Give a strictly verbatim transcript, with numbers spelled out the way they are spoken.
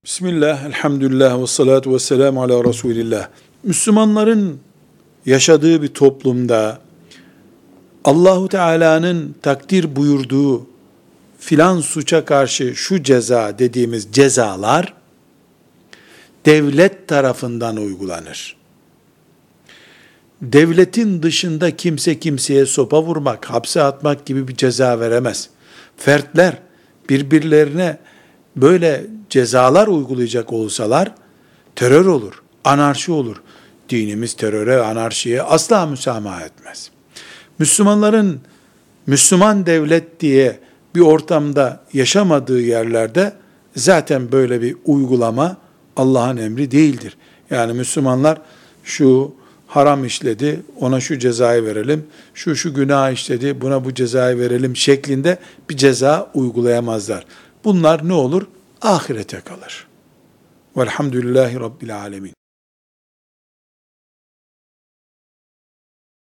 Bismillah, elhamdülillah ve salatu ve selamu ala Resulillah. Müslümanların yaşadığı bir toplumda Allahu Teala'nın takdir buyurduğu filan suça karşı şu ceza dediğimiz cezalar devlet tarafından uygulanır. Devletin dışında kimse kimseye sopa vurmak, hapse atmak gibi bir ceza veremez. Fertler birbirlerine böyle cezalar uygulayacak olsalar terör olur, anarşi olur. Dinimiz teröre, anarşiye asla müsamaha etmez. Müslümanların Müslüman devlet diye bir ortamda yaşamadığı yerlerde zaten böyle bir uygulama Allah'ın emri değildir. Yani Müslümanlar şu haram işledi, ona şu cezayı verelim, şu şu günah işledi, buna bu cezayı verelim şeklinde bir ceza uygulayamazlar. Bunlar ne olur? Ahirete kalır. Velhamdülillahi Rabbil alemin.